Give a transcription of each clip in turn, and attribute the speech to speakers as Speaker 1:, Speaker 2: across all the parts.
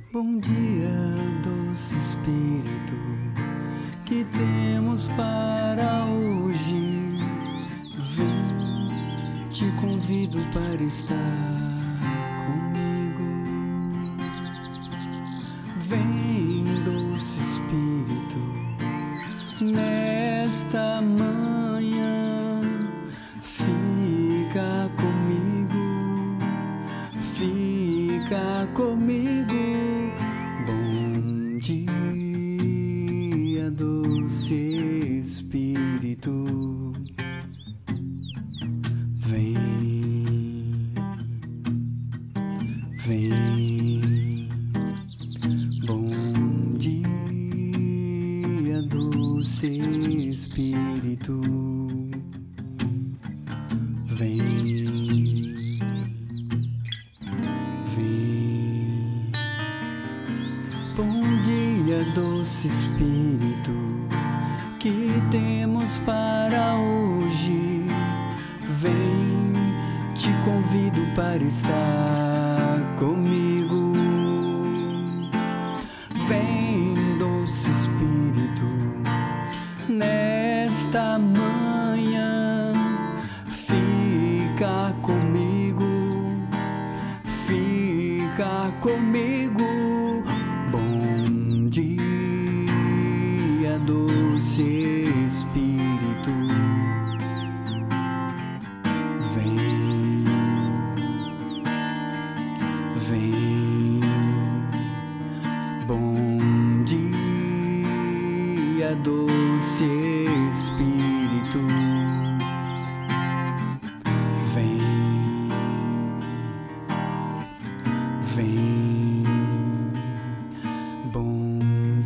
Speaker 1: Bom dia, doce Espírito, que temos para hoje. Vem, te convido para estar comigo. Vem, doce Espírito, nesta manhã, fica comigo, fica comigo. Bom dia, doce Espírito, vem, vem. Bom dia, doce Espírito, vem, vem. Bom dia, doce Espírito, que temos para hoje. Vem, te convido para estar comigo. Vem, doce Espírito, nesta manhã, fica comigo, fica comigo. Bom dia, doce Espírito, vem, vem. Bom dia, doce Espírito, vem, vem. Bom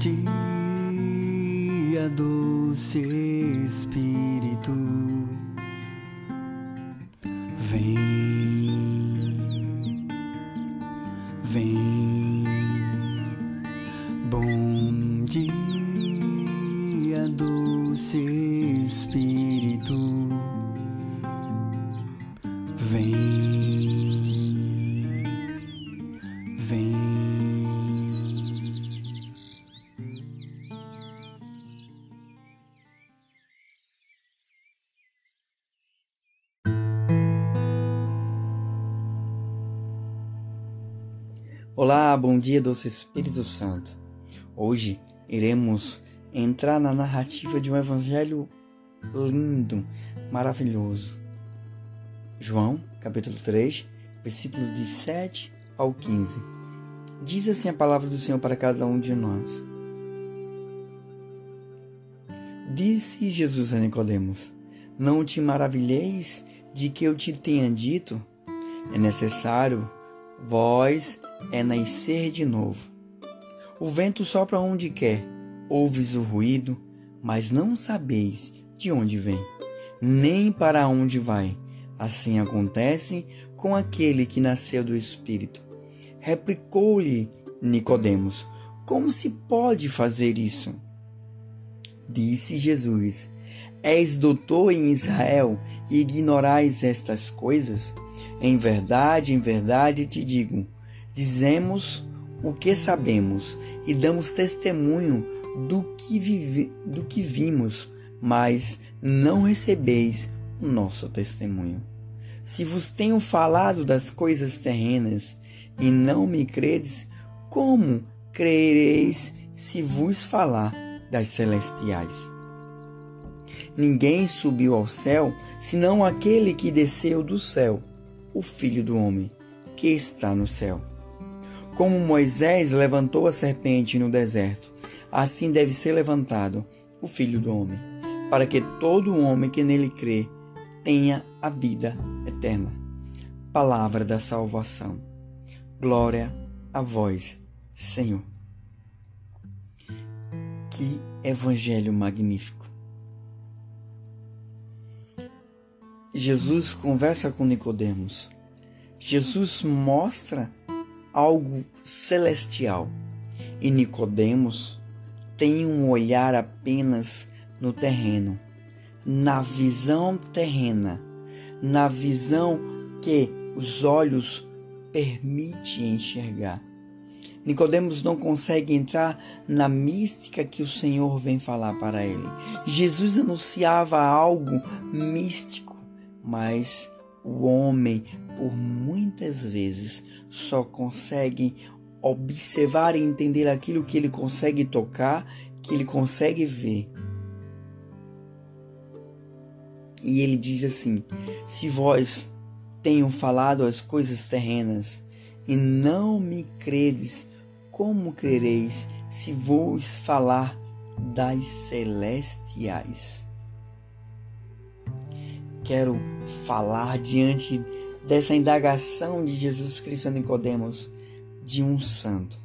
Speaker 1: dia, doce Espírito, vem, vem. Bom dia, doce Espírito, vem, vem.
Speaker 2: Olá, bom dia, doce Espírito Santo. Hoje iremos entrar na narrativa de um evangelho lindo, maravilhoso. João, capítulo 3, versículo de 7 ao 15. Diz assim a palavra do Senhor para cada um de nós. Disse Jesus a Nicodemos: não te maravilheis de que eu te tenha dito? É necessário vós nascer de novo. O vento sopra onde quer, ouves o ruído, mas não sabeis de onde vem, nem para onde vai. Assim acontece com aquele que nasceu do Espírito. Replicou-lhe Nicodemos: como se pode fazer isso? Disse Jesus: és doutor em Israel e ignorais estas coisas? Em verdade te digo, dizemos o que sabemos e damos testemunho do que vimos, mas não recebeis o nosso testemunho. Se vos tenho falado das coisas terrenas e não me credes, como crereis se vos falar das celestiais? Ninguém subiu ao céu, senão aquele que desceu do céu, o Filho do Homem, que está no céu. Como Moisés levantou a serpente no deserto, assim deve ser levantado o Filho do Homem, para que todo homem que nele crê tenha a vida eterna. Palavra da salvação. Glória a vós, Senhor. Que evangelho magnífico. Jesus conversa com Nicodemos. Jesus mostra algo celestial. E Nicodemos tem um olhar apenas no terreno, na visão terrena, na visão que os olhos permitem enxergar. Nicodemos não consegue entrar na mística que o Senhor vem falar para ele. Jesus anunciava algo místico, mas o homem, por muitas vezes, só consegue observar e entender aquilo que ele consegue tocar, que ele consegue ver. E ele diz assim: se vós tenho falado as coisas terrenas e não me credes, como crereis se vos falar das celestiais? Quero falar diante dessa indagação de Jesus Cristo a Nicodemos de um santo,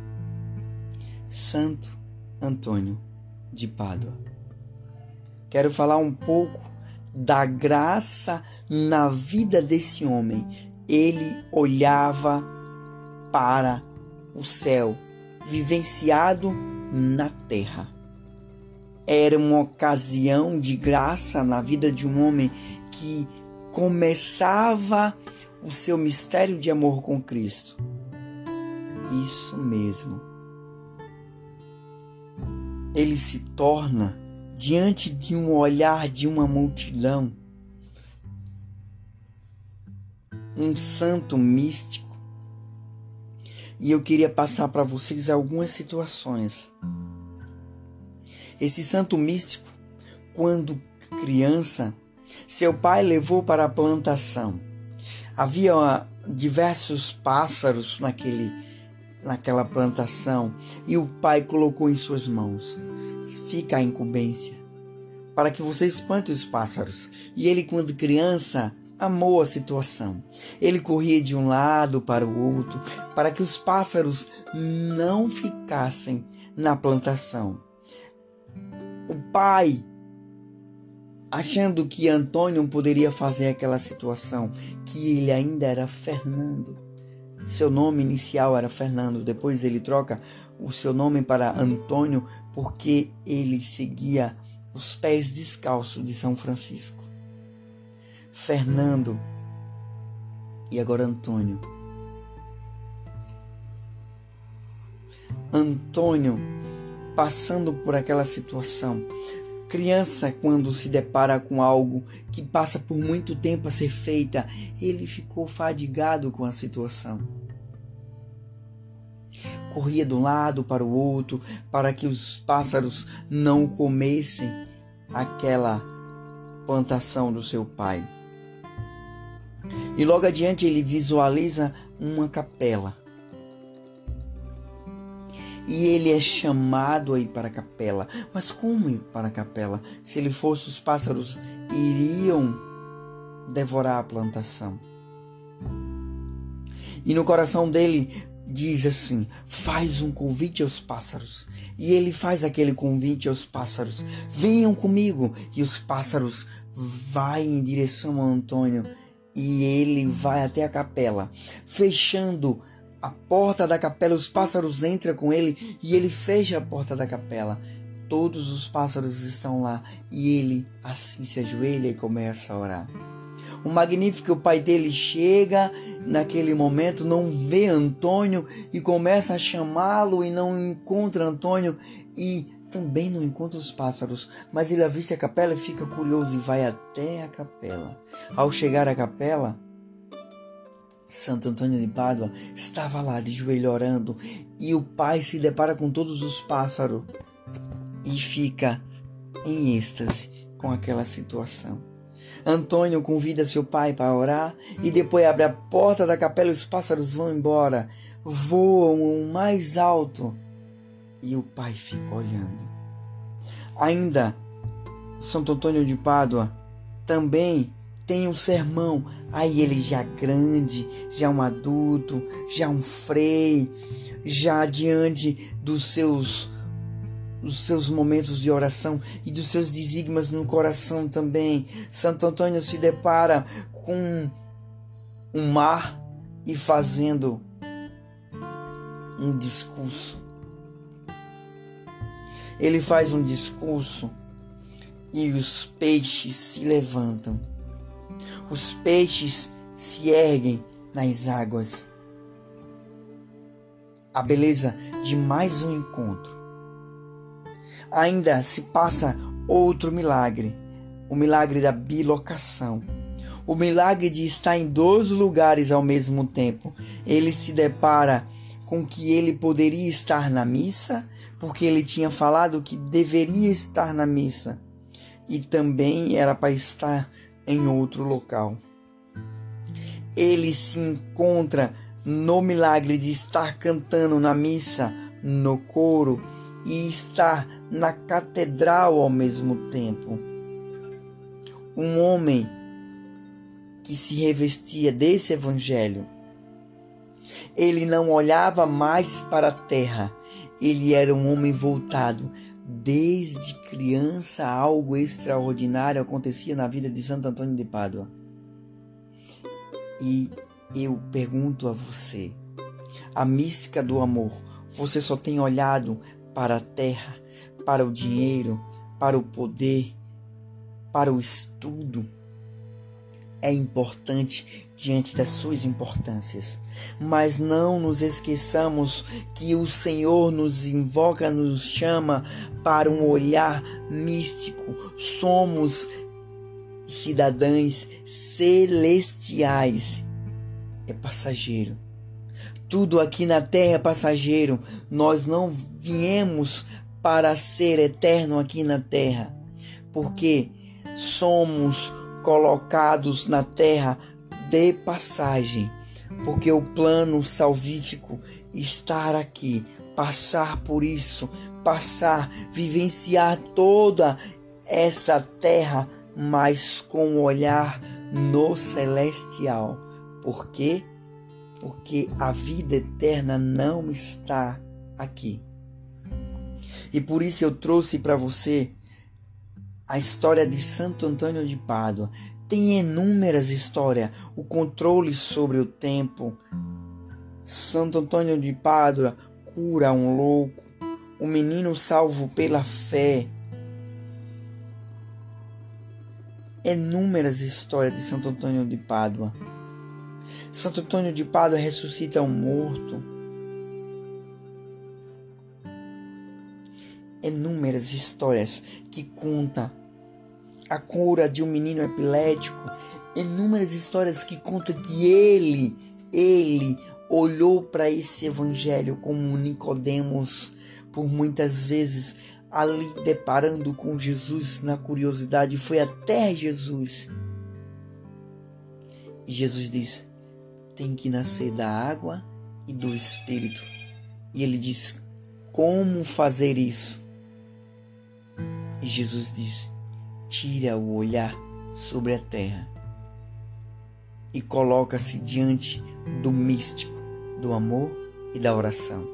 Speaker 2: Santo Antônio de Pádua. Quero falar um pouco da graça na vida desse homem. Ele olhava para o céu, vivenciado na terra. Era uma ocasião de graça na vida de um homem que começava o seu mistério de amor com Cristo. Isso mesmo. Ele se torna, diante de um olhar de uma multidão, um santo místico. E eu queria passar para vocês algumas situações. Esse santo místico, quando criança, seu pai levou para a plantação. Havia diversos pássaros naquela plantação e o pai colocou em suas mãos: fica a incumbência para que você espante os pássaros. E ele, quando criança, amou a situação. Ele corria de um lado para o outro para que os pássaros não ficassem na plantação. O pai, achando que Antônio poderia fazer aquela situação, que ele ainda era Fernando. Seu nome inicial era Fernando, depois ele troca o seu nome para Antônio porque ele seguia os pés descalços de São Francisco. Fernando e agora Antônio. Antônio passando por aquela situação. Criança, quando se depara com algo que passa por muito tempo a ser feita, ele ficou fadigado com a situação. Corria de um lado para o outro para que os pássaros não comessem aquela plantação do seu pai. E logo adiante ele visualiza uma capela. E ele é chamado a ir para a capela. Mas como ir para a capela? Se ele fosse, os pássaros iriam devorar a plantação. E no coração dele diz assim: faz um convite aos pássaros. E ele faz aquele convite aos pássaros: venham comigo. E os pássaros vão em direção a Antônio. E ele vai até a capela, fechando a porta da capela. Os pássaros entram com ele e ele fecha a porta da capela. Todos os pássaros estão lá e ele assim se ajoelha e começa a orar. O magnífico pai dele chega naquele momento, não vê Antônio e começa a chamá-lo e não encontra Antônio e também não encontra os pássaros, mas ele avista a capela e fica curioso e vai até a capela. Ao chegar à capela, Santo Antônio de Pádua estava lá de joelho orando e o pai se depara com todos os pássaros e fica em êxtase com aquela situação. Antônio convida seu pai para orar e depois abre a porta da capela e os pássaros vão embora, voam mais alto e o pai fica olhando. Ainda Santo Antônio de Pádua também tem um sermão, aí ele já grande, já um adulto, já um frei, já diante dos seus momentos de oração e dos seus desígnios no coração também. Santo Antônio se depara com um mar e fazendo um discurso. Ele faz um discurso e os peixes se levantam. Os peixes se erguem nas águas. a beleza de mais um encontro. Ainda se passa outro milagre, o milagre da bilocação. O milagre de estar em 2 lugares ao mesmo tempo. Ele se depara com que ele poderia estar na missa, porque ele tinha falado que deveria estar na missa, e também era para estar em outro local. Ele se encontra no milagre de estar cantando na missa, no coro, e estar na catedral ao mesmo tempo. Um homem que se revestia desse evangelho. Ele não olhava mais para a terra. Ele era um homem voltado. Desde criança, algo extraordinário acontecia na vida de Santo Antônio de Pádua. E eu pergunto a você, a mística do amor, você só tem olhado para a terra, para o dinheiro, para o poder, para o estudo? É importante diante das suas importâncias, mas não nos esqueçamos que o Senhor nos invoca, nos chama para um olhar místico. Somos cidadãos celestiais. É passageiro. Tudo aqui na terra é passageiro. Nós não viemos para ser eterno aqui na terra, porque somos colocados na terra de passagem, porque o plano salvífico estar aqui, passar por isso, vivenciar toda essa terra, mas com o olhar no celestial. Por quê? Porque a vida eterna não está aqui. E por isso eu trouxe para você a história de Santo Antônio de Pádua. Tem inúmeras histórias, o controle sobre o tempo. Santo Antônio de Pádua cura um louco, o menino salvo pela fé. Inúmeras histórias de Santo Antônio de Pádua. Santo Antônio de Pádua ressuscita um morto. Inúmeras histórias que contam a cura de um menino epilético. Inúmeras histórias que contam que ele olhou para esse evangelho como Nicodemos, por muitas vezes ali deparando com Jesus na curiosidade, foi até Jesus. E Jesus diz: tem que nascer da água e do Espírito. E ele diz: como fazer isso? E Jesus diz: tira o olhar sobre a terra e coloca-se diante do místico, do amor e da oração.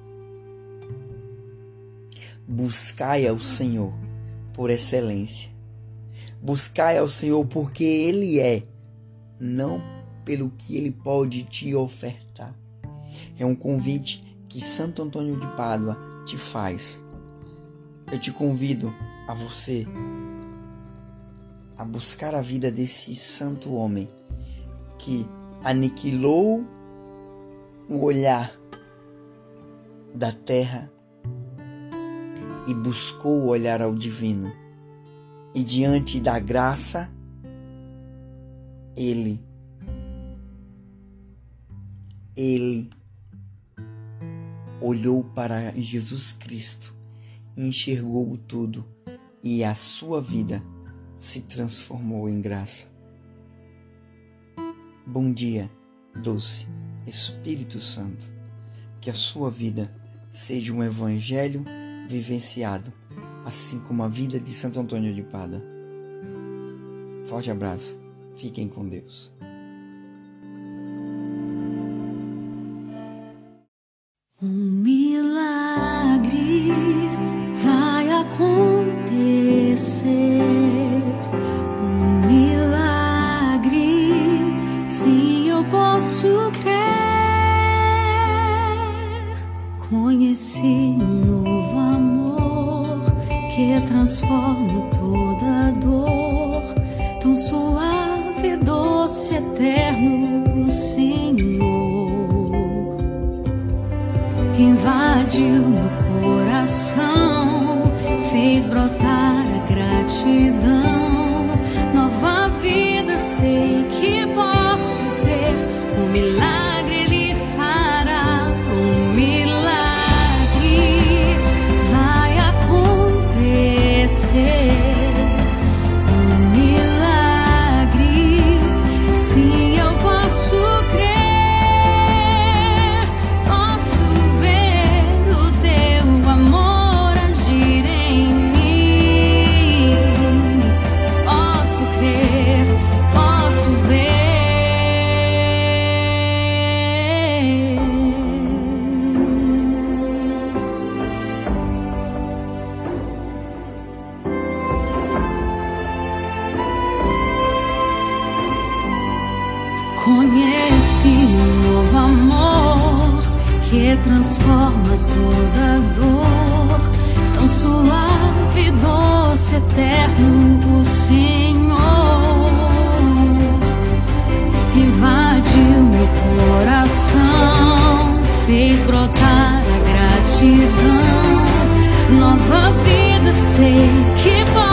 Speaker 2: Buscai ao Senhor por excelência. Buscai ao Senhor porque Ele é, não pelo que Ele pode te ofertar. É um convite que Santo Antônio de Pádua te faz. Eu te convido a você a buscar a vida desse santo homem que aniquilou o olhar da terra e buscou o olhar ao divino. E diante da graça, ele olhou para Jesus Cristo, enxergou tudo e a sua vida se transformou em graça. Bom dia, doce Espírito Santo, que a sua vida seja um evangelho vivenciado, assim como a vida de Santo Antônio de Pádua. Forte abraço, fiquem com Deus.
Speaker 3: Um milagre vai acontecer. Um milagre, sim, eu posso crer. Conheci um novo amor que transforma toda dor. Tão suave, doce, eterno, o Senhor. invadiu meu coração, fez brotar a gratidão. Nova vida sei que posso ter, um milagre Ele fará, um milagre vai acontecer. Conheci um novo amor que transforma toda dor, tão suave, doce, eterno o Senhor. Invadiu meu coração, fez brotar a gratidão. Nova vida sei que